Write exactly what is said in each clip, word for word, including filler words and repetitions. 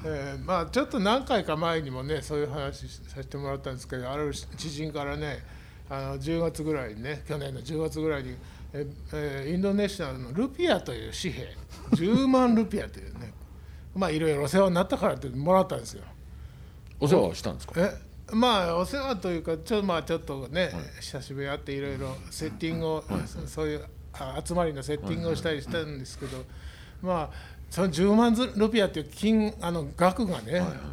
えー、まあちょっと何回か前にもねそういう話させてもらったんですけど、ある知人からね、あのじゅうがつぐらいにね、去年のじゅうがつぐらいにえ、えー、インドネシアのルピアという紙幣じゅうまんルピアというね、まあいろいろお世話になったからってもらったんですよ。 お世話はしたんですか？ えまあお世話というかちょ,、まあ、ちょっとね、はい、久しぶりに会っていろいろセッティングを、はい、そういう集まりのセッティングをしたりしたんですけど、はいはい、まあそのじゅうまんルピアっていう金あの額がね、はいはい、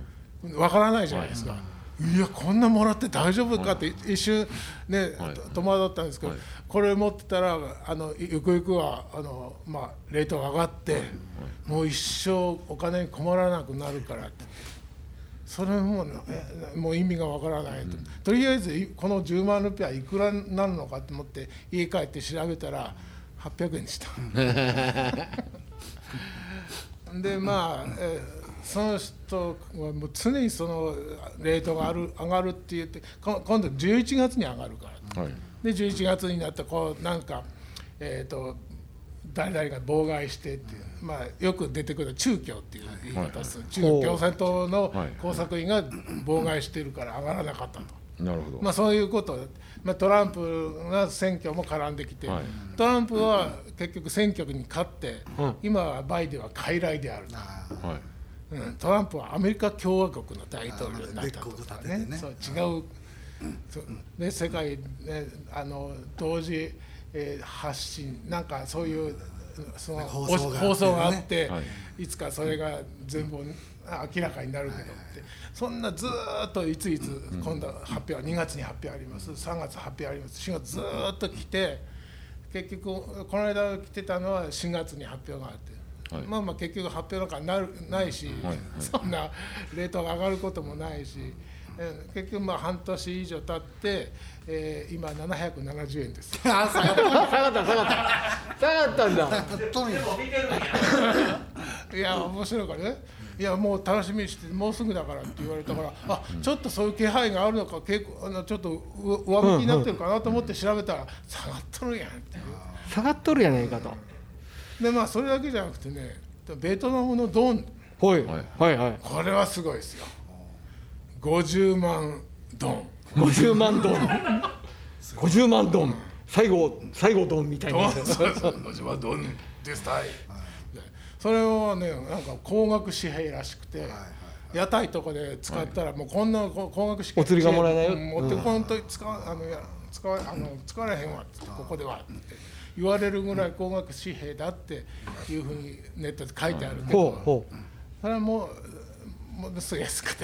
わからないじゃないですか、はいはい、いやこんなもらって大丈夫かって一瞬ね、はい、戸惑ったんですけど、はい、これ持ってたらあのゆくゆくはあの、まあ、レートが上がって、はいはい、もう一生お金に困らなくなるからって、それももう意味がわからないと、うん、とりあえずこのじゅうまんルピアいくらになるのかと思って家帰って調べたらはっぴゃくえんでしたでまあ、えー、その人はもう常にそのレートがある上がるって言って、今度じゅういちがつに上がるから、はい、でじゅういちがつになってこうなんか、えーと誰々が妨害してっていう、まあ、よく出てくる中共っていう言い方です、はい、中国共産党の工作員が妨害してるから上がらなかったと、 なるほど、 まあ、そういうこと、まあ、トランプが選挙も絡んできて、はい、トランプは結局選挙に勝って、うん、今はバイデンは傀儡であると、はいうん、トランプはアメリカ共和国の大統領になったとかね、ねそう違う、そうね、世界、ね、あの同時えー、発信なんかそういうその放送が あって、放送があって、はい、いつかそれが全部明らかになるけどって、そんなずっといついつ今度発表はにがつに発表あります、さんがつ発表あります、しがつずっと来て、結局この間来てたのはしがつに発表があって、はい、まあまあ結局発表なんかなるないし、はいはい、そんなレートが上がることもないし、結局まあ半年以上経って、えー、今ななひゃくななじゅうえんです。 あ下がった下がった下がった下がったんだ。 いや面白いからね。いやもう楽しみにしてもうすぐだからって言われたから、あちょっとそういう気配があるのか、結構あのちょっと上向きになってるかなと思って調べたら、下がっとるやんっていう。 下がっとるやないかと。 でまあそれだけじゃなくてね、ベトナムのドン、 はいはいはい、 これはすごいですよ。ごじゅうまんドン。 ごじゅうまんドン。ごじゅうまんドン。最後最後ドンみたいな。 ごじゅうまんドンですたい。それはねなんか高額紙幣らしくて、屋台とかで使ったらもうこんな高額紙幣お釣りがもらえないよ。 持ってこんと使わあの使わあの使われへんわってここではって言われるぐらい高額紙幣だっていうふうにネットで書いてあるけど、 ほうそれはもう。ものすごい安くて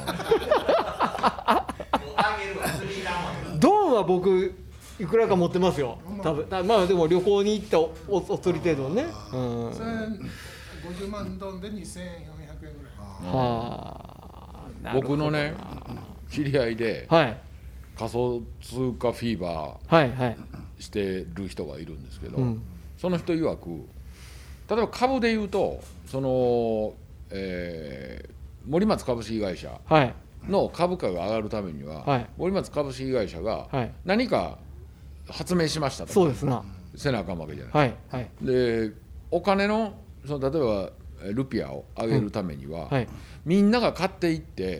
ドンは僕いくらか持ってますよ多分。まあでも旅行に行ったおお釣り程度ね、うん、 それごじゅうまんドンでにせんよんひゃくえんぐらい、 はあ、僕のね知り合いで、はい、仮想通貨フィーバーしてる人がいるんですけど、はいはい、その人曰く例えば株でいうとその、えー森松株式会社の株価が上がるためには、はい、森松株式会社が何か発明しましたと、 そうですなせなあかんわけじゃないですか、はいはい、でお金のその例えばルピアを上げるためには、うんはい、みんなが買っていって、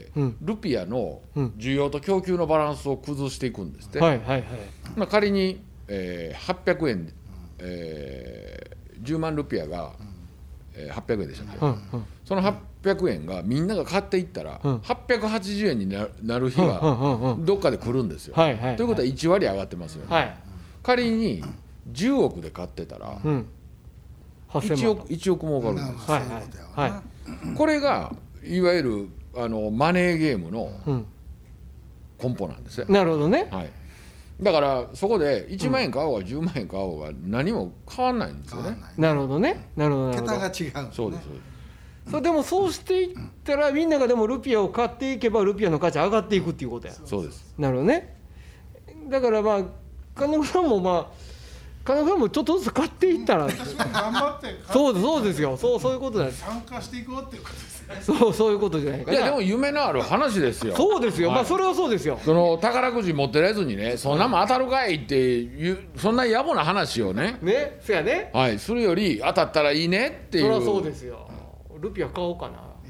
うん、ルピアの需要と供給のバランスを崩していくんですって、はいはいはいまあ、仮に、えー、はっぴゃくえん、えー、じゅうまんルピアが、えー、はっぴゃくえんでしたっけ、うんうん、そのはっぴゃくえんがみんなが買っていったら、うん、はっぴゃくはちじゅうえんになる日がどっかで来るんですよ、うんうんうんうん、ということはいちわり上がってますよね、はい、仮にじゅうおくで買ってたら、うん、いちおく、いちおく儲かるんです、はいはいはい、これがいわゆるあのマネーゲームの根本なんですよ、 うん、なるほどね、 はい、だからそこでいちまんえん買おうがじゅうまんえん買おうが何も変わらないんですよね。 なるほどね、なるほど、 桁が違う、ね、 そうです。 そうでもそうしていったらみんながでもルピアを買っていけばルピアの価値上がっていくっていうことや。 そうです。 なるほどね。だからまあ金子さんもまあ金子さんもちょっとずつ買っていったら私も頑張ってそうですそうですよ。そうそういうことだ。 参加していこうっていうことですね。 そうそういうことじゃないかな。 いやでも夢のある話ですよ。 そうですよ、はい、まあそれはそうですよ。 その宝くじ持ってるやつにねそんなもん当たるかいっていうそんな野暮な話をねねそやね、 はい、するより当たったらいいねっていう。 そりゃそうですよ。ルピア買おうかな。 い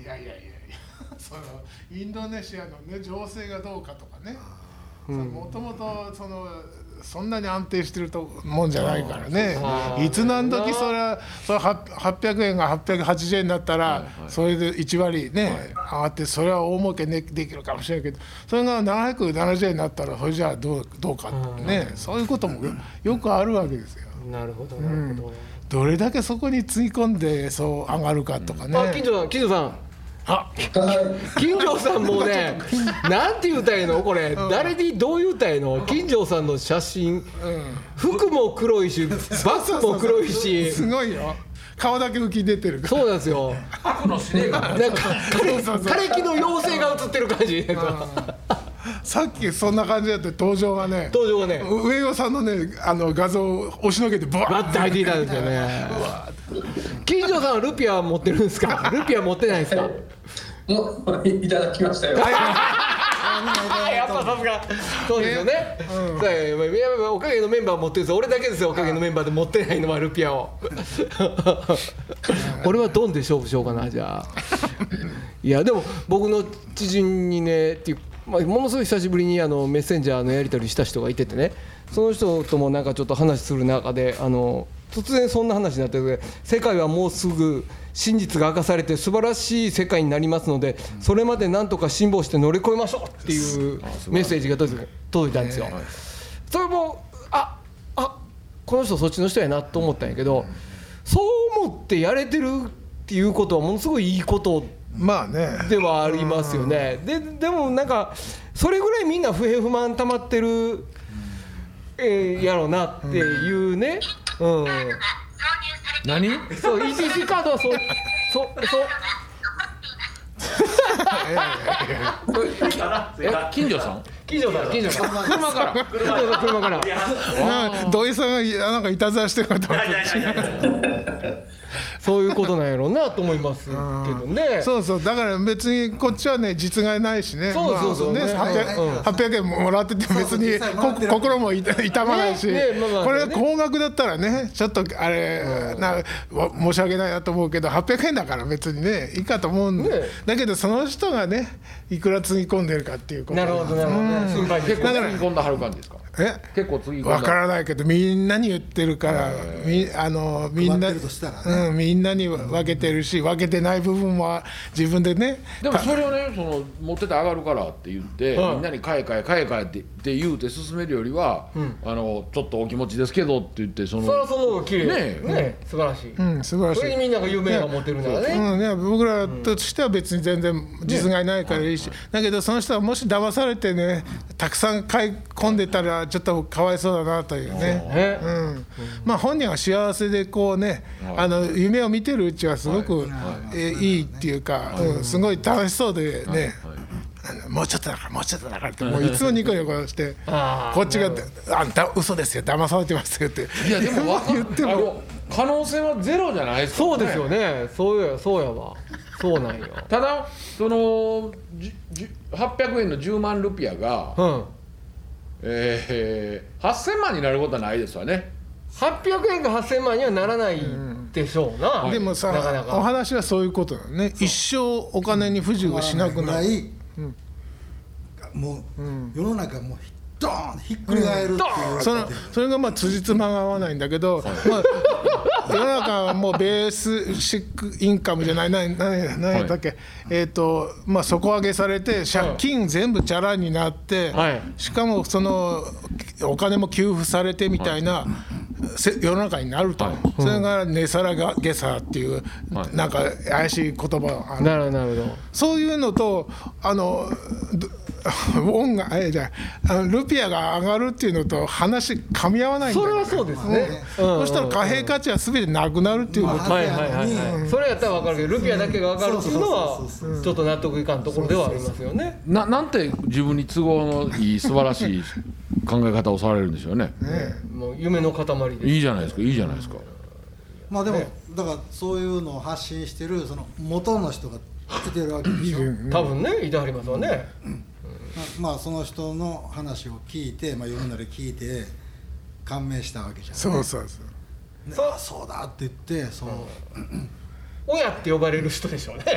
やいやいやいやそのインドネシアの、ね、情勢がどうかとかねもともとそのそんなに安定してるともんじゃないからねいつ何時それはそれははっぴゃくえんがはっぴゃくはちじゅうえんになったら、はいはい、それでいち割ね、はい、上がってそれは大儲け、ね、できるかもしれないけどそれがななひゃくななじゅうえんになったらそれじゃあどう、どうかねそういうこともよくあるわけですよ。 なるほどなるほど、うん、 どれだけそこにつぎ込んでそう上がるかとかね。 あ金城さん金城さんあ金城さんもうねなんて言うたらいいのこれ、うん、誰にどう言うたらいいの金城さんの写真、うん、服も黒いしバッグも黒いしすごいよ顔だけ浮き出てるそうなんですよ悪の死ねがなんか枯れ木の妖精が映ってる感じさっきそんな感じだって登場がね登場がね上尾さんのねあの画像を押しのけてバーッて入っていたんですよね金城さんはルピア持ってるんですかルピア持ってないですかもういただきましたよやっぱさすがそうですよね、うん、おかげのメンバー持ってるんです俺だけですよおかげのメンバーで持ってないのはルピアを俺はドンで勝負しようかなじゃあいやでも僕の知人にねっていう、まあ、ものすごい久しぶりにあのメッセンジャーのやり取りした人がいててねその人ともなんかちょっと話する中であの突然そんな話になってて世界はもうすぐ真実が明かされて素晴らしい世界になりますのでそれまでなんとか辛抱して乗り越えましょうっていうメッセージが届いたんですよ。それもああこの人そっちの人やなと思ったんやけどそう思ってやれてるっていうことはものすごいいいことまあねではありますよね。ででもなんかそれぐらいみんな不平不満溜まってる、えー、やろうなっていうね、うん、 何？ そう イーティーシー カードはそうそうそうえ金城さん金城さん金城さん車から車車から土井さんがなんかいたずらしてるかと思ってそういうことなんやろうなと思いますけどね。 そうそうだから別にこっちはね実害ないしねそうそうそう、 まあ、ねはっぴゃくえんもらってて別に心も痛まないし、ねねまあまあね、これが高額だったらねちょっとあれ、うん、な申し訳ないなと思うけどはっぴゃくえんだから別にねいいかと思うんで、ね、だけどその人がねいくらつぎ込んでるかっていうことなるほどなるほど、ね、 心配です。結構つぎ込んだはる感じですか。 え結構つぎ込んだ分からないけどみんなに言ってるからみあのみんな、ねうん、みんなに分けてるし分けてない部分は自分でねでもそれをねその持ってて上がるからって言って、うん、みんなに買え買え買え買えってって言うて進めるよりは、うん、あのちょっとお気持ちですけどって言ってそのそれはその方が綺麗ねえ、ね、素晴らしい、 うん、素晴らしい。 それにみんなが夢が持てるならね、 うんね、僕らとしては別に全然実害ないからいいし、ねはいはい、だけどその人はもし騙されてねたくさん買い込んでたらちょっとかわいそうだなというね、うんうん、まあ本人は幸せでこうね、はい、あの夢を見てるうちはすごく、はいはいえー、いいっていうか、うん、すごい楽しそうでね、はいはいもうちょっとだからもうちょっとだからってもういつもニコニコしてこっちがあんた嘘ですよ騙されてますよっていやでも言っても可能性はゼロじゃないですか、 ね、そうですよねそうやそうやわそうなんよただそのはっぴゃくえんのじゅうまんルピアが、うんえー、はっせんまんになることはないですわね。 はっぴゃくえんがはっせんまんにはならないでしょうな、 うん、でもさなかなかお話はそういうことだね一生お金に不自由しなくなる、うん、 もう、うん、世の中もうドーンひっくり返るっていう、 うん、そのそれがまあ辻褄が合わないんだけど、まあ、世の中はもうベースシックインカムじゃない何やったっけ、はい、えーとまあ、底上げされて借金全部チャラになって、はい、しかもそのお金も給付されてみたいな、はい、世の中になると、はい、それが値下げさっていう、はい、なんか怪しい言葉ある。 なるほどなるほど。 そういうのとあの音がえじゃあのルピアが上がるっていうのと話噛み合わないんだよね。 それはそうですね、 うん、そしたら貨幣価値は全てなくなるっていうこと、まあ、 はいはいはい、はい、それやったら分かるけどルピアだけが上がるっていうのはちょっと納得いかんところではありますよね。 な, なんて自分に都合のいい素晴らしい考え方をされるんでしょうね。 ねもう夢の塊です。 いいじゃないですかいいじゃないですか。 まあでも、ね、だからそういうのを発信してるその元の人がいてるわけでしょ。 多分ねいてはりますわね、うん、 まあその人の話を聞いて、まあ、読んだり聞いて感銘したわけじゃん、ね、 そうそうそう、 そうそうだって言ってそう、 親って呼ばれる人でしょうね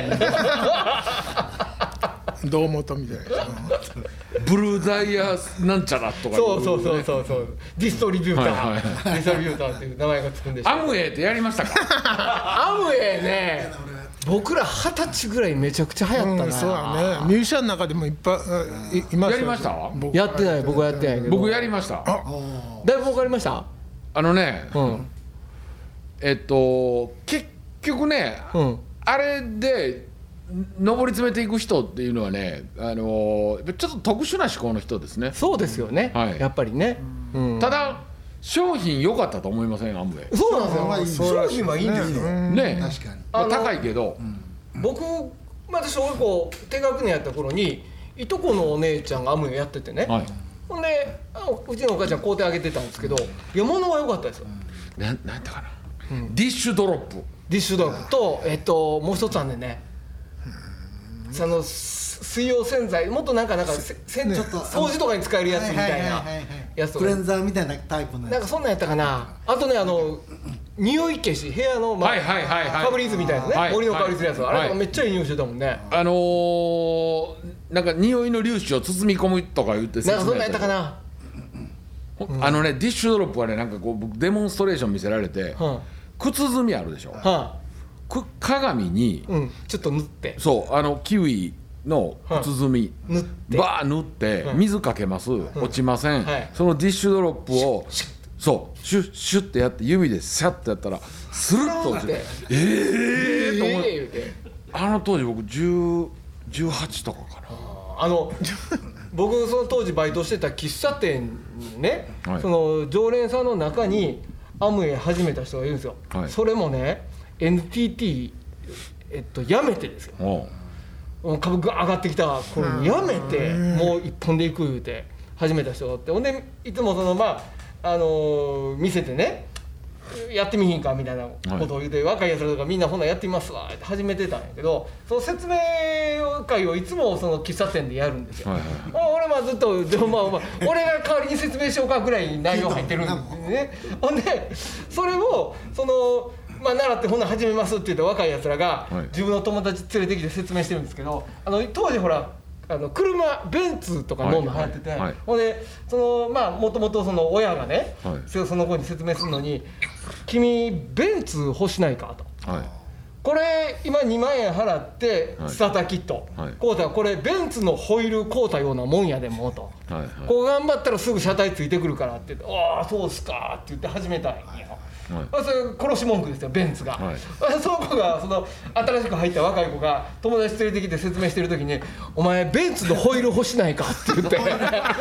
堂本みたいなブルーダイヤなんちゃらとか、 そうそうそうそうそうディストリビューター、はいはい、ディストリビューターっていう名前がつくんでしょう。 アムウェイってやりましたかアムウェイね僕ら二十歳ぐらいめちゃくちゃ流行ったな、うん、 そうだね。ミュージシャンの中でもいっぱいいました。 やりました？ やってない、僕はやってないけど。 僕やりました。 だいぶ分かりました？ あのね、うん、えっと結局ね、うん、あれで上り詰めていく人っていうのはね、あのちょっと特殊な思考の人ですね。 そうですよね、はい、やっぱりね、 うん、ただ商品良かったと思いません？アムウェイ。 そうなんですよ、商品はいいんですよね。確かに、まあ、高いけど、うん、 僕まだ小学校低学年やった頃にいとこのお姉ちゃんがアムウェイやっててね、はい、ほんでうちのお母ちゃん買うてあげてたんですけど、いや物は良かったですよ。 ななんやったかな、うん、ディッシュドロップディッシュドロップと、えっと、もう一つあんねんね、その水溶洗剤、もっとなんかなんかせせんちょっと掃除とかに使えるやつみたいなやつとか、 クレンザーみたいなタイプのやつ、 なんかそんなんやったかな。あとね、あの匂い消し、部屋の、まあ、ファブリーズみたいなね、はい、森の香りするやつ、はい、あれとかめっちゃいい匂いしてたもんね。 あのー、なんか匂いの粒子を包み込むとか言ってなんかそんなんやったかな、 うん、あのね、ディッシュドロップはね、なんかこう僕デモンストレーション見せられて、うん、靴積みあるでしょ、はあ、鏡に、 うん、ちょっと塗って、 そうあのキウイの靴積み、はあ、塗ってバー塗って水かけます、うん、落ちません、はい、そのディッシュドロップをそうシュッシュッてやって指でシャッてやったらスルッと落ちて、えーと思って、あの当時僕じゅう、じゅうはちとかかな。 あの僕その当時バイトしてた喫茶店にね、はい、その常連さんの中にアムウェイ始めた人がいるんですよ、はい、それもね エヌティーティー、えっと、やめてですよ、株が上がってきた頃にやめて、もう一本でいく言うて始めた人がおって、ほんでいつもそのまああのー、見せてね、やってみひんかみたいなことを言うて、はい、若いやつらとかみんなほなやってみますわって始めてたんやけど、その説明会をいつもその喫茶店でやるんですよ、はいはいはい、俺はずっとでも、まあまあ、俺が代わりに説明しようかぐらい内容入ってるんですねほんでそれをそのまあ、習ってほな始めますって言って若いやつらが自分の友達連れてきて説明してるんですけど、あの当時ほらあの車ベンツとか乗るの流行ってて、はいはいはい、ほんでそのまあもともとその親がね、はい、その子に説明するのに「君ベンツ欲しないか?」と、はい、これ今にまんえん払ってスターターキット、はい、こうたらこれベンツのホイール買うたようなもんやでもと、はいはい、こう頑張ったらすぐ車体ついてくるからって言って「ああそうっすか」って言って始めたんや。はい、それ殺し文句ですよベンツが、はい、その子がその新しく入った若い子が友達連れてきて説明してる時に「お前ベンツのホイール欲しないか?」って言ってあ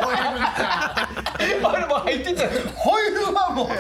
れも入ってて「ホイールはもうホイ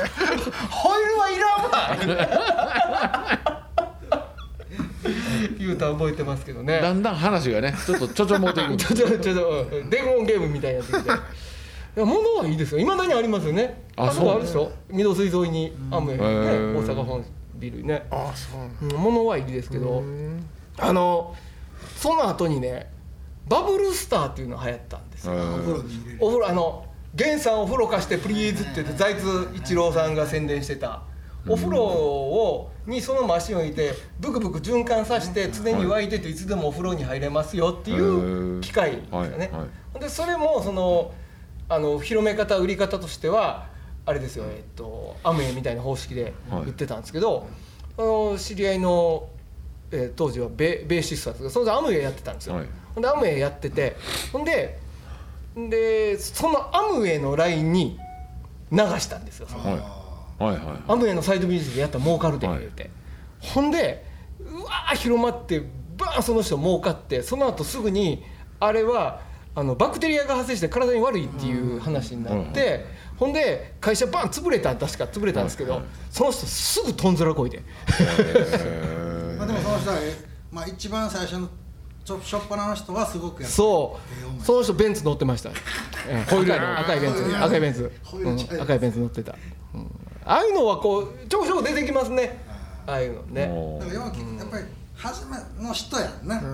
ールはいらんわ」言うたら覚えてますけどね。 だんだん話がねちょっとちょちょもうていくちょちょちょちょ伝言ゲームみたいになってきていや物はいいですよ。未だにありますよね。あそこあるでしょ。御堂筋沿いにアムウェイね、大阪本ビルね。あそう。物はいいですけど、あのその後にねバブルスターっていうのが流行ったんですよ。お風呂に入れる。お風呂あの源さんお風呂貸してプリーズって言って財津一郎さんが宣伝してた。お風呂をにそのマシンを置いてブクブク循環させて常に沸いてていつでもお風呂に入れますよっていう機械ですよね。でそれもそのあの広め方売り方としてはあれですよ、えっと、アムウェイみたいな方式で売ってたんですけど、はい、あの知り合いの、えー、当時は ベ, ベーシストだったんですけどそのアムウェイやってたんですよ、はい、ほんでアムウェイやっててほんででそのアムウェイのラインに流したんですよ、はいはいはい、アムウェイのサイドビジネスでやったら儲かるで言って、はい、ほんでうわー広まってバーンその人儲かってその後すぐにあれはあのバクテリアが発生して体に悪いっていう話になって、うん、ほんで会社バン潰れた確か潰れたんですけど、はいはい、その人すぐとんずらこいでまあでもその人は、まあ、一番最初のちょしょっぱなの人はすごくやっそうその人ベンツ乗ってました、えー、赤いの赤いベンツ赤いベンツ、うん、赤いベンツ乗ってた、うん、ああいうのはこうちょこちょこ出てきますねああいうのねだからやっぱり初めの人やんね。うん。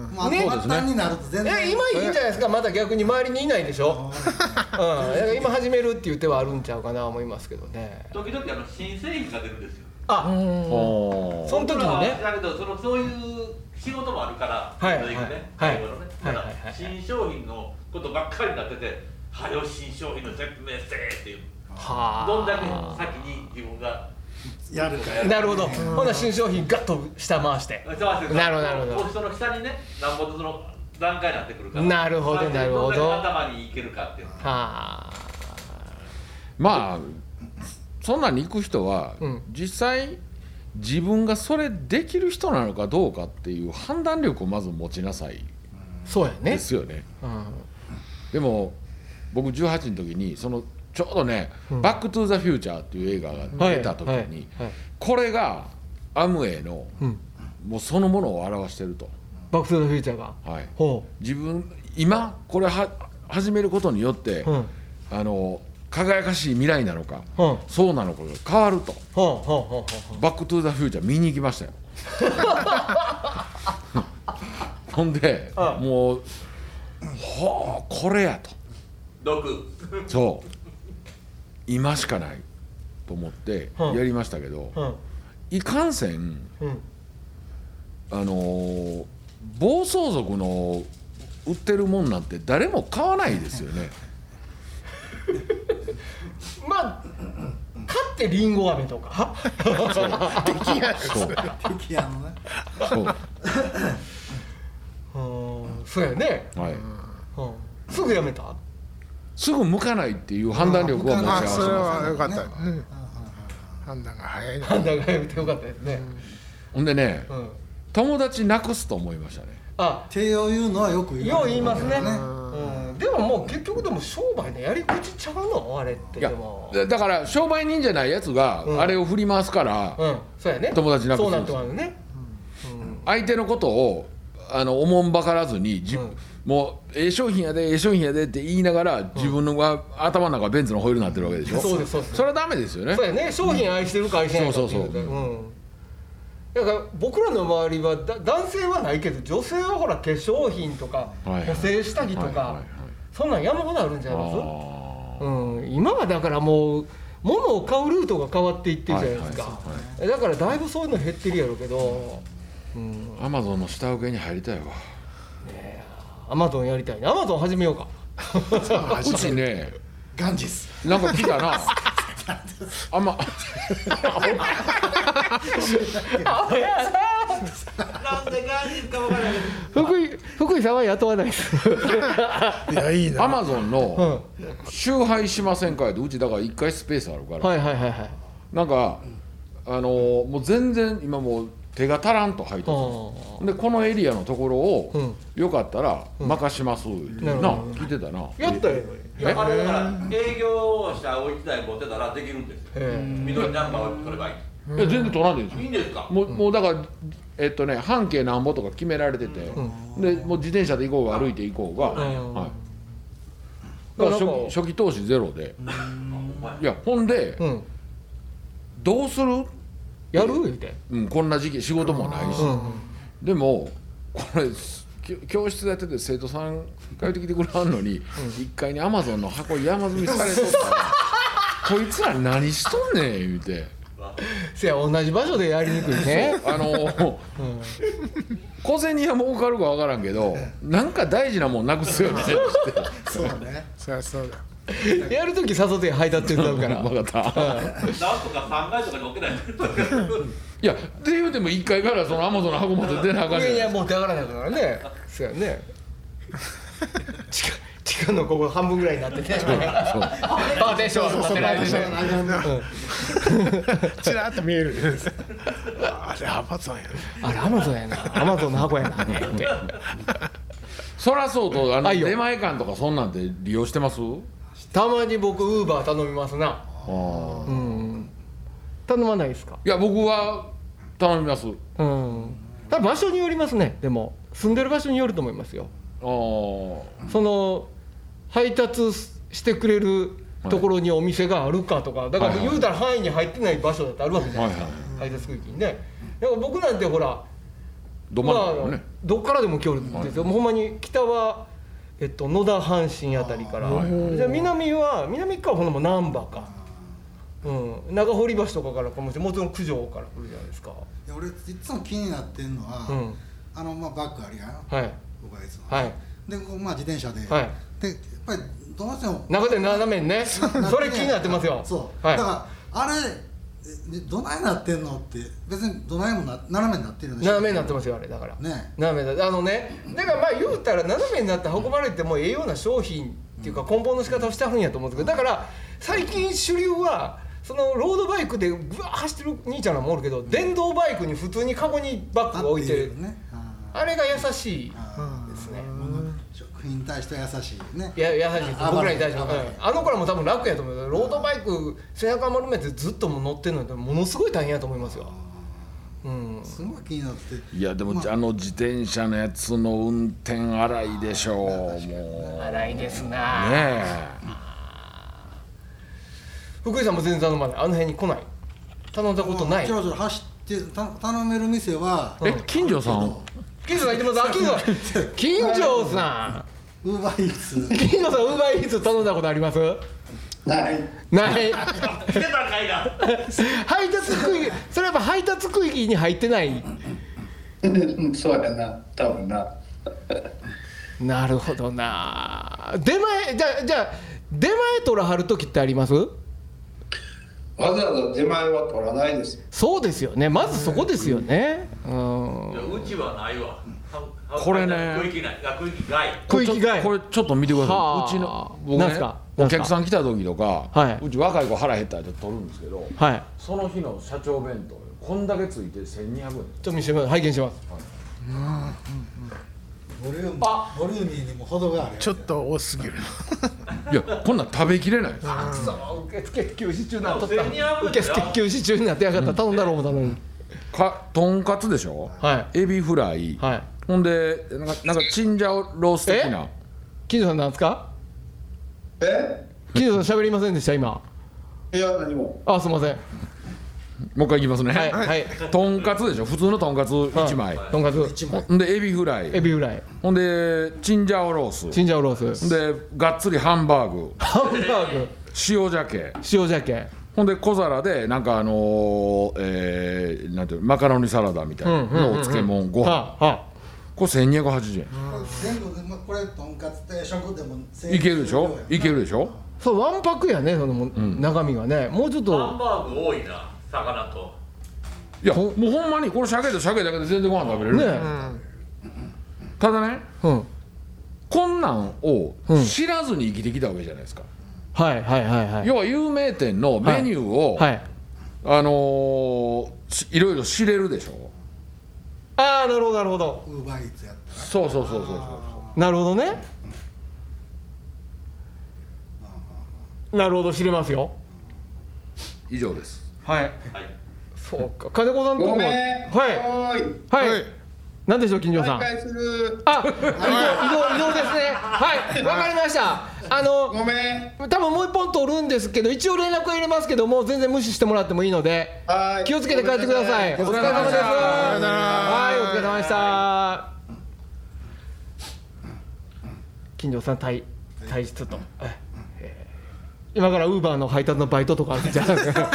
まあ末端になると全然。 え今いいんじゃないですか。まだ逆に周りにいないでしょ。うん。だから今始めるっていう手はあるんちゃうかな思いますけどね。 時々あの新製品が出るんですよ。 あ、その時にね。 だけどそのそういう仕事もあるから、 はいはいはいはい新商品のことばっかりになってて、はよ新商品の説明せーっていう。はあ。どんだけ先に自分がやるか。 なるほど。ほな新商品ガッと下回して。なるほどなるほど。 その下にね、なんぼとその段階になってくるから。 なるほどなるほど。 どんだけ頭にいけるかっていう。はあ。 まあそんなに行く人は、うん、実際自分がそれできる人なのかどうかっていう判断力をまず持ちなさい。 そうやね。 ですよね。うん、でも僕じゅうはちの時にそのちょうどね、うん、バックトゥーザフューチャーっていう映画が出た時に、はいはいはい、これがアムウェイの、うん、もうそのものを表してると。 バックトゥーザフューチャーが、 はい、ほう自分今これは始めることによって、うん、あの輝かしい未来なのか、うん、そうなのかが変わると、うん、バックトゥーザフューチャー見に行きましたよほんで、うん、もうほうこれやと毒そう今しかないと思ってやりましたけど、うん、いかんせん、うん、あのー、暴走族の売ってるもんなんて誰も買わないですよねまあ買ってリンゴ飴とか敵やそう敵やのねそうそうやね、はい、うん、すぐやめたすぐ向かないっていう判断力は持ち合わせます。 それは良かったですね。判断が早い。 判断が早くて良かったですね。 ほんでね、友達なくすと思いましたね。 あ、手を言うのはよく言う。 よう言いますね。でももう結局でも商売のやり口ちゃうのあれってでも。 だから商売人じゃないやつがあれを振り回すから、 そうやね。 友達なくす。 そうなってますね。 相手のことをあのおもんばからずに。もうええ商品やでええ商品やでって言いながら自分のが、うん、頭の中ベンツのホイールになってるわけでしょ。 そうですそうです。 それはダメですよね。 そうやね。商品愛してるか愛してないかっていう。そうそうそう。うん。だから僕らの周りはだ男性はないけど女性はほら化粧品とか補正下着とかそんなん山ほどあるんちゃいます？うん。今はだからもう物を買うルートが変わっていってるじゃないですか。はいはいはい、だからだいぶそういうの減ってるやろうけど。 うん。アマゾンの下請けに入りたいわ。 アマゾンやりたいね。アマゾン始めようか。 うちね、 ガンジス。 なんか来たな。あんま。 なんでガンジスか分からないけど。福井福井さんは雇わないです。 いやいいな。 アマゾンの集配しませんかって、うちだから一回スペースあるから。 はいはいはいはい。 なんかあのー、もう全然今もう。手が足らんと配達でこのエリアのところを、うん、よかったら任しますって、うん、な聞いてたな。 やったよ。 いやあれだから営業したお一台持ってたらできるんですよ。緑ナンバーを取ればいい。 いや全然取らんでいいんですよ。 いいんですか。 もう、もうだからえっとね半径なんぼとか決められてて、うん、でもう自転車で行こうが歩いて行こうが、うんはい、だから初期、初期投資ゼロで、いやほんで、うん、どうする？ やる言うて、 うん、こんな時期仕事もないし、うん、でもこれ教室やってて生徒さん帰ってきてくれはんのに、うん、いっかいにアマゾンの箱山積みされとったらこいつら何しとんねん言うてせや同じ場所でやりにくいねあの、うん、小銭は儲かるか分からんけどなんか大事なもんなくすよねってそうねそりゃそうだやるとき誘って配達って言うから分かった、 うん、なんとかさんがいとかに置けないいやって言うてもいっかいからそのアマゾンの箱持って出なあかんねん。 いやもう出上がらないからねそうやね地下地下のここ半分ぐらいになっててパーテーションさせられててチラッと見えるあれアマゾンやなあれアマゾンやなアマゾンの箱やなそらそうとあの出前館とかそんなんで利用してます？ たまに僕ウーバー頼みますな。あ、うん、頼まないですか？ いや僕は頼みます。うん。 ただ場所によりますね。でも住んでる場所によると思いますよ。ああ。その配達してくれるところにお店があるかとか、だから言うたら範囲に入ってない場所だってあるわけじゃないですか。はいはい、配達区域にね。だから僕なんてほら。 ど, まあね、 どっからでも来るんですよ、はい、ほんまに北は、えっと、野田阪神あたりから、じゃあ南は南側はほんま難波か、 うん、長堀橋とかからかもしれない、もちろん九条から来るじゃないですか。 いや俺いつも気になってんのは、うん、あのまあバッグあるやん、 はい、 僕はいつも、 はい、 でこうまあ自転車で、 はい、 でやっぱりどうしても中で斜めにねそれ気になってますよ。 そう、はい、だからあれどないなってんのって別にどないもな斜めになってるんでしょ。 斜めになってますよあれだからね。 斜めだあのねだからまあ言うたら斜めになって運ばれてもええような商品っていうか梱包の仕方をしてはるんやと思うんですけど、だから最近主流はそのロードバイクでぐわー走ってる兄ちゃんらもおるけど、電動バイクに普通にカゴにバッグが置いてる、ね、あれが優しいですね。 食品に対して優しいね。 いや優しいです僕らに対しては、あの子らも多分楽やと思うけど、ロードバイク背中丸めてずっとも乗ってるのってものすごい大変やと思いますよ。 うん、すごい気になって。 いやでも、まあ、あの自転車のやつの運転荒いでしょう。もう荒いですな。 ねえ。 福井さんも全然頼まない、あの辺に来ない、頼んだことない。 ちょろちょろ走ってた頼める店は、 え近所さん近所さんいてます。あ近所近所さんウーバーイーツ近所さんウーバーイーツ頼んだことあります？ ないない来てたんかいな配達区域それやっぱ配達区域に入ってないそうやな多分ななるほどな。出前じゃあじゃあ出前取らはる時ってあります？ わざわざ出前は取らないです。 そうですよね、まずそこですよね。うん、 いやうちはないわ。 これね区域内区域外区域外これちょっと見てください。うちの僕ねお客さん来た時とか、はい、うち若い子腹減ったらちょっと取るんですけど、はい、その日の社長弁当こんだけついてせんにひゃくえん。ちょっと見せてください、拝見します。はい、 うんうんうんボリュームボリューミーにも程がある。 ちょっと多すぎるいやこんなん食べきれないです。 あくそ受付休止中になっとった受付休止中になってやがった頼んだろう思ったのにかとんかつでしょ、はい、エビフライ、はい、ほんでなんかなんかチンジャオロース的な。 金城さんなんですか？ え金城さん喋りませんでした今。 いや何も。 あすみません。 もう一回いきますね。 はい、はい、 とんかつでしょ普通のとんかついちまい、 とんかつほんでエビフライエビフライほんでチンジャオロースチンジャオロースでがっつりハンバーグハンバーグ塩鮭塩鮭ほんで小皿でなんかあのー、えー、なんていうマカロニサラダみたいなのお漬物ご飯、はあ、これせんにひゃくはちじゅうえん。 全部でこれとんかつ定食でもいけるでしょいけるでしょ。 そうワンパクやねその、うん、中身がねもうちょっとハンバーグ多いな魚と。 いやもうほんまにこれ鮭と鮭だけで全然ご飯食べれるね、うん、ただね、うん、こんなんを知らずに生きてきたわけじゃないですか、 うん、はいはいはいはい。 要は有名店のメニューを、はいはい、あのー、いろいろ知れるでしょ。 ああなるほどなるほど。 ウーバーイーツやったらそうそうそうそうそうなるほどね、なるほど知れますよ。 以上です。 はい、はいそうか、金子さんとこは、はい、はい、はい、なんでしょう、金城さん。 再開する。 あ、移動、移動、移動ですね。はい、わかりました。あの、 ごめん。多分もう一本取るんですけど、一応連絡入れますけども、全然無視してもらってもいいので。はい。気をつけて帰ってください。お疲れ様です。はい、お疲れ様でした。金城さん、退、退出と。今からウーバーの配達のバイトとかあるんじゃないですか。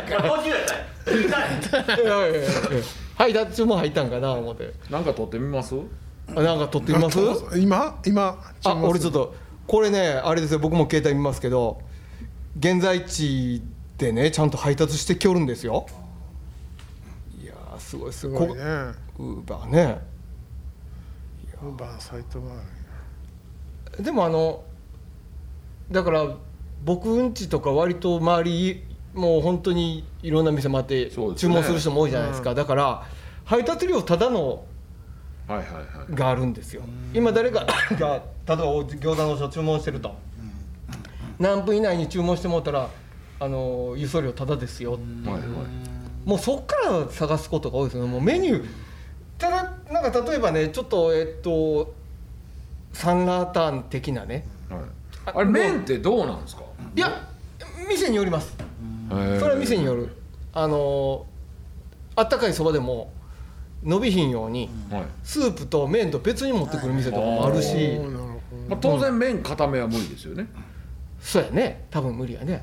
配達中も入ったんかな思って。 なんか取ってみます？ あなんか取ってみます？ 今今あ俺ちょっとこれねあれですよ僕も携帯見ますけど現在地でねちゃんと配達してきおるんですよ。いやーすごいすごいね。ウーバーね。 ウーバーサイトがある。でもあのだから。僕んちとか割と周りもう本当にいろんな店回って注文する人も多いじゃないですか、うん、だから配達料ただのがあるんですよ。今誰かが例えば餃子の人注文してると何分以内に注文してもらったらあの輸送料ただですよっていう、もうそっから探すことが多いですよね。もうメニューただなんか例えばねちょっとえっとサンラータン的なね、 はい、あれ麺ってどうなんですか？ いや店によります。それは店による。あのあったかいそばでも伸びひんように、はい、スープと麺と別に持ってくる店とかもあるし、 まあ、当然麺固めは無理ですよね。 そうやね多分無理やね。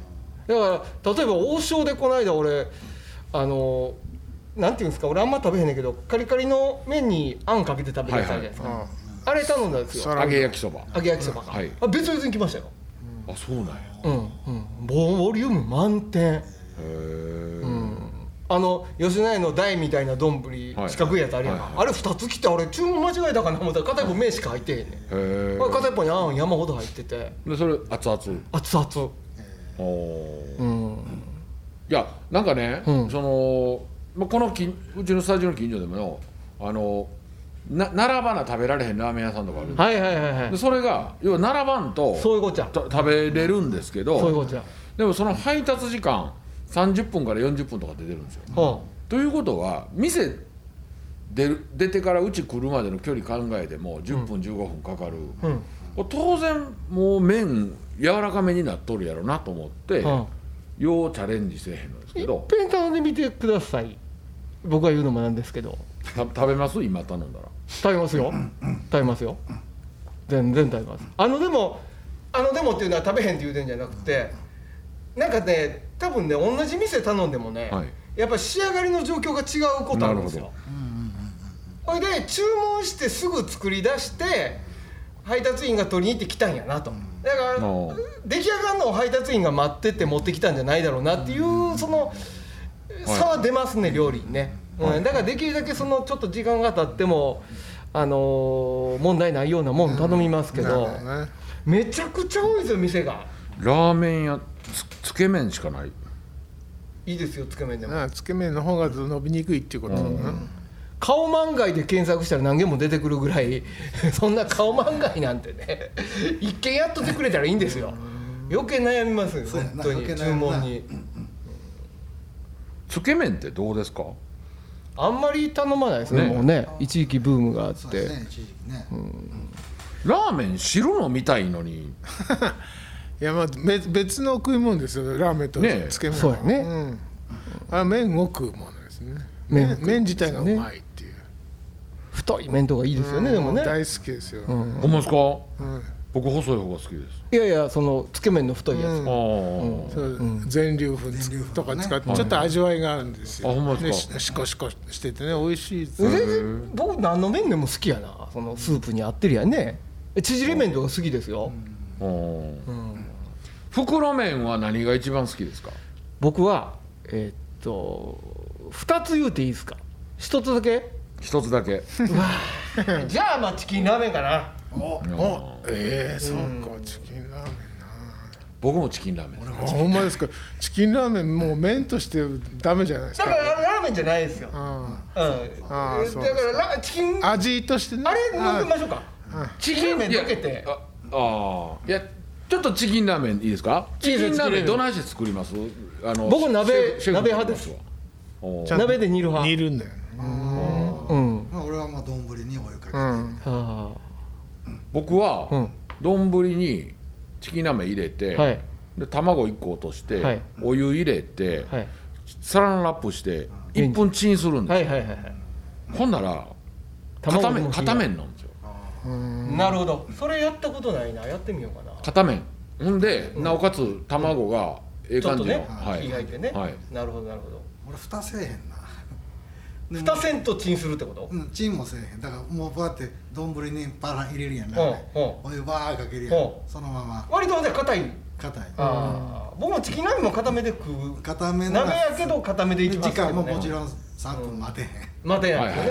だから例えば王将でこの間俺あのなんていうんですか、俺あんま食べへんねんけどカリカリの麺にあんかけて食べるやつあるじゃないですか、はいはい、あれ頼んだんですよ。 揚げ焼きそば揚げ焼きそばか、はい、あ別々に来ましたよ。 あそうなんや。 うんうんボリューム満点。へえ、うん、あの吉野家の台みたいな丼四角いやつあるやん、はいはいはい、あれふたつ来てあれ注文間違えたかな思ったら片一方麺しか入ってへんねん。へえ。片一方にあん山ほど入っててでそれ熱々 熱々。 おお、うん、いやなんかね、うん、そのこのきうちのスタジオの近所でもあのな並ばな食べられへんラーメン屋さんとかあるんです、 はいはいはいはい、 でそれが要は並ばんとそういうこっちゃ食べれるんですけど、 そういうこっちゃでもその配達時間さんじゅっぷんからよんじゅっぷんとかで出るんですよ、はあ、ということは店出る出てからうち来るまでの距離考えてもじゅっぷん、うん、じゅうごふんかかる、うん、当然もう麺柔らかめになっとるやろなと思って、はあ、ようチャレンジせえへんのですけど、 いっぺん頼んでみてください。僕が言うのもなんですけど。 食べます今頼んだら。 食べますよ食べますよ全然食べます。あのでもあのでもっていうのは食べへんって言うてんじゃなくて、なんかね多分ね同じ店頼んでもね、はい、やっぱり仕上がりの状況が違うことあるんですよ。それで注文してすぐ作り出して配達員が取りに行ってきたんやなと。だから出来上がるのを配達員が待ってって持ってきたんじゃないだろうなっていうその差は出ますね、料理にね、うん、だからできるだけそのちょっと時間が経っても、あのー、問題ないようなもん頼みますけど、うんね、めちゃくちゃ多いですよ店が。 ラーメン屋 つ, つけ麺しかない。 いいですよつけ麺でも。 つけ麺の方が伸びにくいっていうことだな、うん、 顔満貝で検索したら何件も出てくるぐらいそんな顔満貝なんてね一件やっとってくれたらいいんですよ。余計悩みますよ本当に注文に。 つけ麺ってどうですか？ あんまり頼まないですね、もうね一時期ブームがあって、ねねうん、ラーメン汁飲みたいのにいやまあ別の食い物ですよラーメンとつけ麺、ね、 そうやね、 うん、あ麺を食うものですね。 麺, 麺自体がうまいっていう、 太い麺とかいいですよね、うん、でもね大好きですよ。 ほんまですか？うん、僕細い方が好きです。 いやいやそのつけ麺の太いやつ、うんうん、全粒粉とか使って、ね、ちょっと味わいがあるんですよ。あ、ほんまですか？シコシコしててね美味しいです。 全然僕何の麺でも好きやな。そのスープに合ってるやんね。縮れ麺とか好きですよ、うんうん、袋麺は何が一番好きですか？ 僕はえー、っとふたつ言うていいですか？ひとつだけ？ ひとつだけじゃあまあチキンラーメンかな。 おおええー、そうか、うん、チキンラーメンな。 僕もチキンラーメン。 ほんまですか？チキンラーメンもう麺としてダメじゃないですか。 だからラーメンじゃないですよ。ああ、うん、あそうだからチキン味としてね。 あれ飲みましょうか。チキンラーメン溶けて。 ああ、いやちょっとチキンラーメンいいですか？チキンラーメンどないして作ります？ あの僕鍋鍋派です。鍋で煮る派。 煮るんだよ。 うん。俺はまあ丼にお湯かけて。うん、はあ。僕は丼にチキンラーメン入れて、はい、で卵いっこ落として、はい、お湯入れて、はい、サランラップしていっぷんチンするんですよ、はいはいはいはい、ほんなら片面片面なんですよ。 なるほど。それやったことないな。やってみようかな。 片面ほんで、うん、なおかつ卵がええ感じの、 ちょっとね、はい、火入ってね、はい、なるほどなるほど。 俺蓋せえへんな。 蓋せんとチンするってこと？ うん、チンもせえへん。だからもうこうやって丼にパラン入れるやんな、うんうん、お湯バーかけるやん、うん、そのまま割とね硬い硬い。 あ、うん、僕もチキンラーメンも固めで食う。 固めの鍋やけど固めでいきますけどね。 時間ももちろんさんぷん待てへん、 うん、待てへん、 はいはい、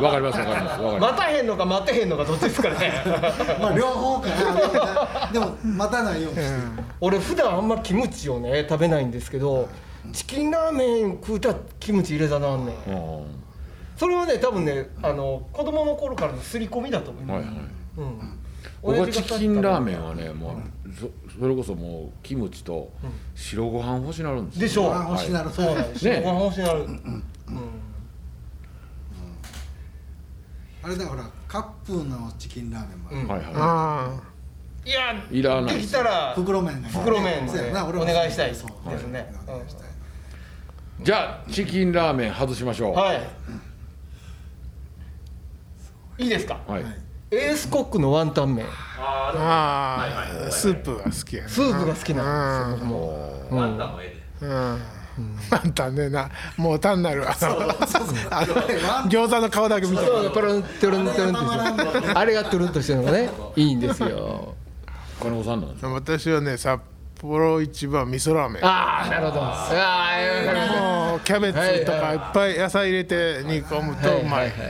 わかりますわかります。 待たへんのか待てへんのかどっちですかねまあ両方かなでも待たないようにしてる、うん、 俺普段あんまキムチをね食べないんですけど、チキンラーメン食うたらキムチ入れたなんねん、うん、それはね多分ねあの子供の頃からの刷り込みだと思います、はいはい、うん、 僕はチキンラーメンはねもう そ, それこそもうキムチと白ご飯欲しなるんですよ。 でしょう、 欲しなる、はい、 そうなんです、ね、白ご飯欲しなる、うんうんうん、 あれだからカップのチキンラーメンもある、うん、はいはい、 あいやいらないできたら袋麺が袋麺でお願いしたいですね、はい、 うん、じゃあチキンラーメン外しましょう。 はい、いいですか？ はい、 エースコックのワンタン麺。 ああ、スープが好きやな。 スープが好きなんですよ。もうワンタンもええで。 うん。ワンタンねな、もう単なるあの餃子の顔だけ見てる。 そうトゥルントゥルントゥルンってあれがトゥルンとしてるのがねいいんですよ。 金子さんなんですか。 私はね札幌一番味噌ラーメン。 ああなるほど。ああもうキャベツとかいっぱい野菜入れて煮込むとうまい。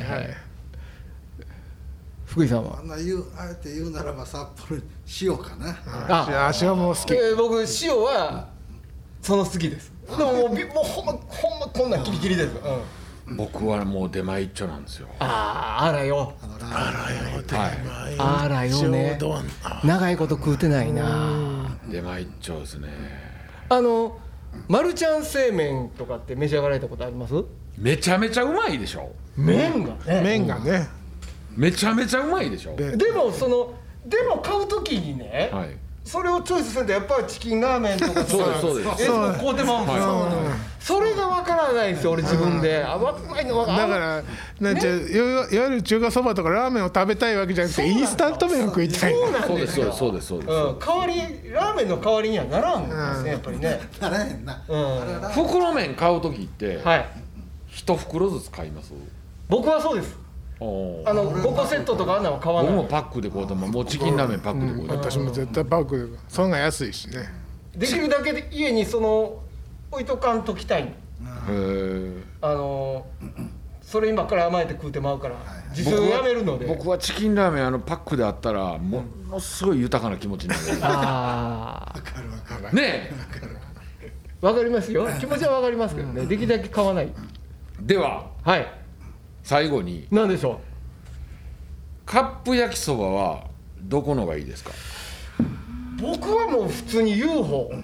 福井さんは。 あんな言うあえて言うならば札幌塩かな。 あ塩も好き。 僕塩はその好きです。でももうもうほんまほんまこんなんキリキリです。 僕はもう出前一丁なんですよ。 あああらよ。 あらよ出前。 あらよね。長いこと食うてないな。 出前一丁ですね。 あのマルちゃん製麺とかって召し上がられたことあります？ めちゃめちゃうまいでしょ。 麺がね。 麺がね。 めちゃめちゃうまいでしょ。 でもそのでも買うときにね。はい。それをチョイスするとやっぱりチキンラーメンとかそうですそうです。 えそこ買うてまうんですよ。それがわからないんですよ俺自分で。あわかんないのわからない。 だからなんちゃいわゆる中華そばとかラーメンを食べたいわけじゃなくてインスタント麺を食いたい。 そうなんですよ。 そうですそうです。 代わりラーメンの代わりにはならんですねやっぱりね。 ならへんな。 袋麺買うときって一袋ずつ買います？ 僕はそうです。あのごこセットとかあんなの買わない。 僕もパックで買うてももうチキンラーメンパックで買うて、うん、 私も絶対パックでそんが安いしね。 できるだけで家にその置いとかんときたい。へえ。 あのそれ今から甘えて食うてまうから自炊をやめるので。 僕はチキンラーメンあのパックであったらものすごい豊かな気持ちになる。 ああ。 わかるわかる。 ねえ。わかりますよ。気持ちはわかりますけどね。できるだけ買わない。 では。 はい。 最後に何でしょう。 カップ焼きそばはどこのがいいですか。 僕はもう普通に ユーフォー。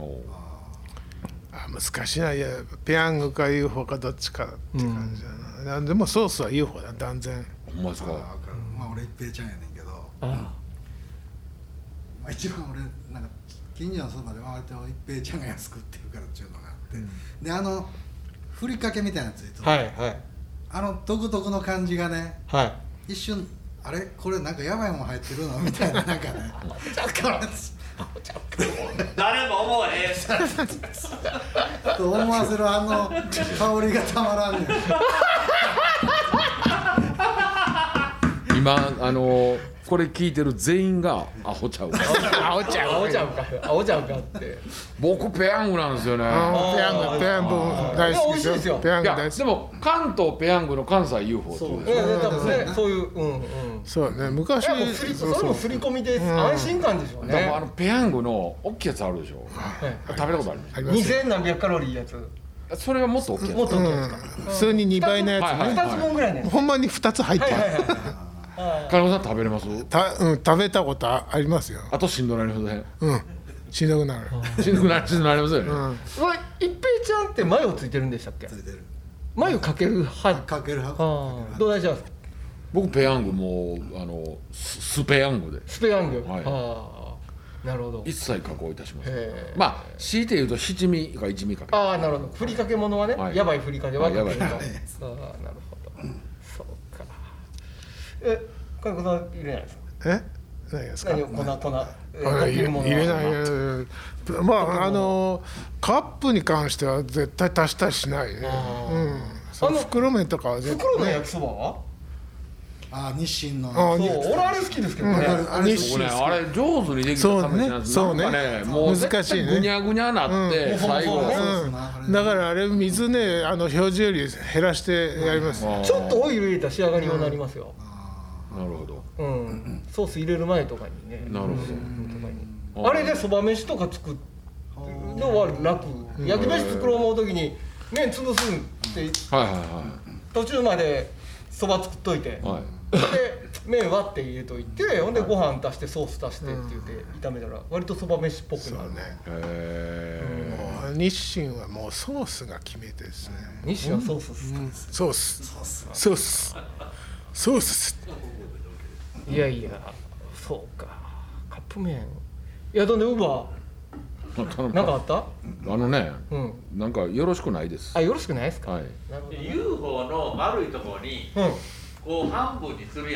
あ難しいな。いやペヤングか ユーフォー かどっちかって感じだな、うん、でもソースは ユーフォー だ断然。 ほんまですか。 まあ俺一平ちゃんやねんけどあ、まあ、一番俺なんか近所のそばで割と一平ちゃんが安くっていうからっていうのがあって、うん、であのふりかけみたいなやついて、 はいはい、あの独特の感じがね、はい、一瞬あれこれなんかやばいもん入ってるのみたいななんかね誰も思わへんと思わせるあの香りがたまらんねん今あのこれ聞いてる全員がアホちゃうかアホちゃうアホちゃうかアホちゃうかって僕ペヤングなんですよね。 ペヤングペヤング大好きですよ。ペヤング大好き。 でも関東ペヤングの関西 ユーフォー っていうそうそういううんうんそうね昔それも刷り込みで安心感でしょうね。 でもあのペヤングの大きいやつあるでしょ。食べたことあります。 にせんなんびゃくカロリーやつ。 それはもっと大きいやつ。 もっと大きいやつか。 普通ににばいのやつね。 ふたつぶんぐらいね。 ほんまにふたつ入ってる。 金子さん食べれます？ た、うん、食べたことありますよ。 あとしんどなりません？ うん、しんどくなる。 しんどくなる、しんどくなりますよね。うん、 一平ちゃんって眉ついてるんでしたっけ？ついてる。眉かける派？ かける派。 どう大丈夫ですか？ 僕ペヤングもあのスペヤングで。 スペヤング。 はい。 ああ、なるほど。 一切加工いたします。まあ強いて言うと七味か一味かけ。 ああ、なるほど。ふりかけものはね、やばいふりかけはかけると。ああ、なるほど。そうか。え。金子さん入れないですか？ え？何ですか？ 何粉粉入れない。まああのカップに関しては絶対足したりしないね。うん。その袋麺とかは絶対。袋の焼きそばは？ あ日清の。 そう俺あれ好きですけどね。 日清あれ上手にできたためなんですそうね。 もう難しいね。 ぐにゃぐにゃなって最後。 だからあれ水ねあの表示より減らしてやります。 ちょっとオイル入れた仕上がりになりますよ。 なるほど、 うん、ソース入れる前とかにね。 なるほど。あれでそば飯とか作るのは楽。焼き飯作ろう思う時に麺潰すんって、 はいはいはい、 途中までそば作っといて、はい、で麺割って入れといて、ほんでご飯足してソース足してって言って炒めたら割とそば飯っぽくなる。ね。 へえ。もう日清はもうソースが決め手ですね。 日清はソース、 うん、ソースソースソース。 いやいや、そうか。カップ麺。いや、どんでウーバー。なんかあった？ あのね、うん、なんかよろしくないです。 あ、よろしくないですか。はい。 ユーフォー の丸いところに、うん、こう半分にするやん。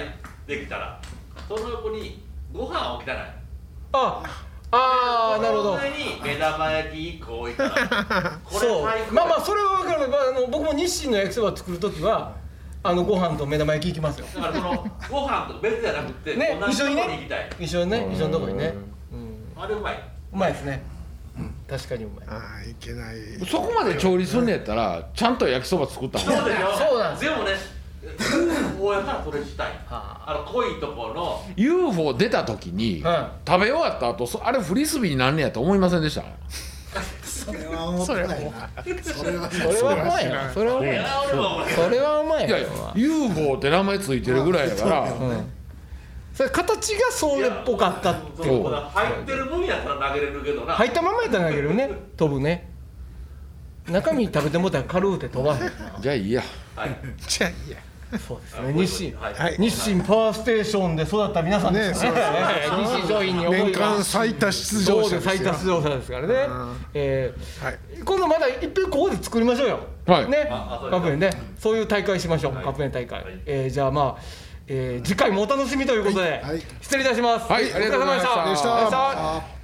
できたらその横にご飯置きたない。 ああーなるほど。 この上に目玉焼きいっこ置いたらこれそう最高。 まあまあそれは分かる。まああの僕も日清の焼きそば作るときはあのご飯と目玉焼きいきますよ。 だからそのご飯と別じゃなくて、 ね同じところに行一緒にきたい。 ね一緒にね一緒のとこにね。うんあれうまい。 うまいですね。確かにうまい。 ああいけない。 そこまで調理すんねやったらちゃんと焼きそば作った方がそうでしょ。 そうなんですでもね、ユーフォー やからそれしたい。あの濃いところのユーフォー 出た時に、 は食べ終わった後そあれフリスビーになんねやと思いませんでした？ それは思ってないなそれはそれはうまいな。それはうまいな。それはうまいな。 いやいや ユーフォー って名前ついてるぐらいやからうんそれ形がそれっぽかったっていうそう入ってる分やったら投げれるけどな。 入ったままやったら投げるね飛ぶね中身食べてもったら軽うて飛ばへんじゃあいいや。 はい。 じゃあいいや。 そうですね日清はい。 日清パワーステーションで育った皆さんですねね日清商品に思い年が間最多出場そうです最者ですよ。 多出場者ですからねえはい。 ー今度まだいっぺんここで作りましょうよはいねああそうですカップ麺ねそういう大会しましょうはいカップ麺大会はいえーじゃあまあえー次回もお楽しみということではい失礼いたしますはいありがとうございましたお疲れ様でしたでしたお疲れ様でした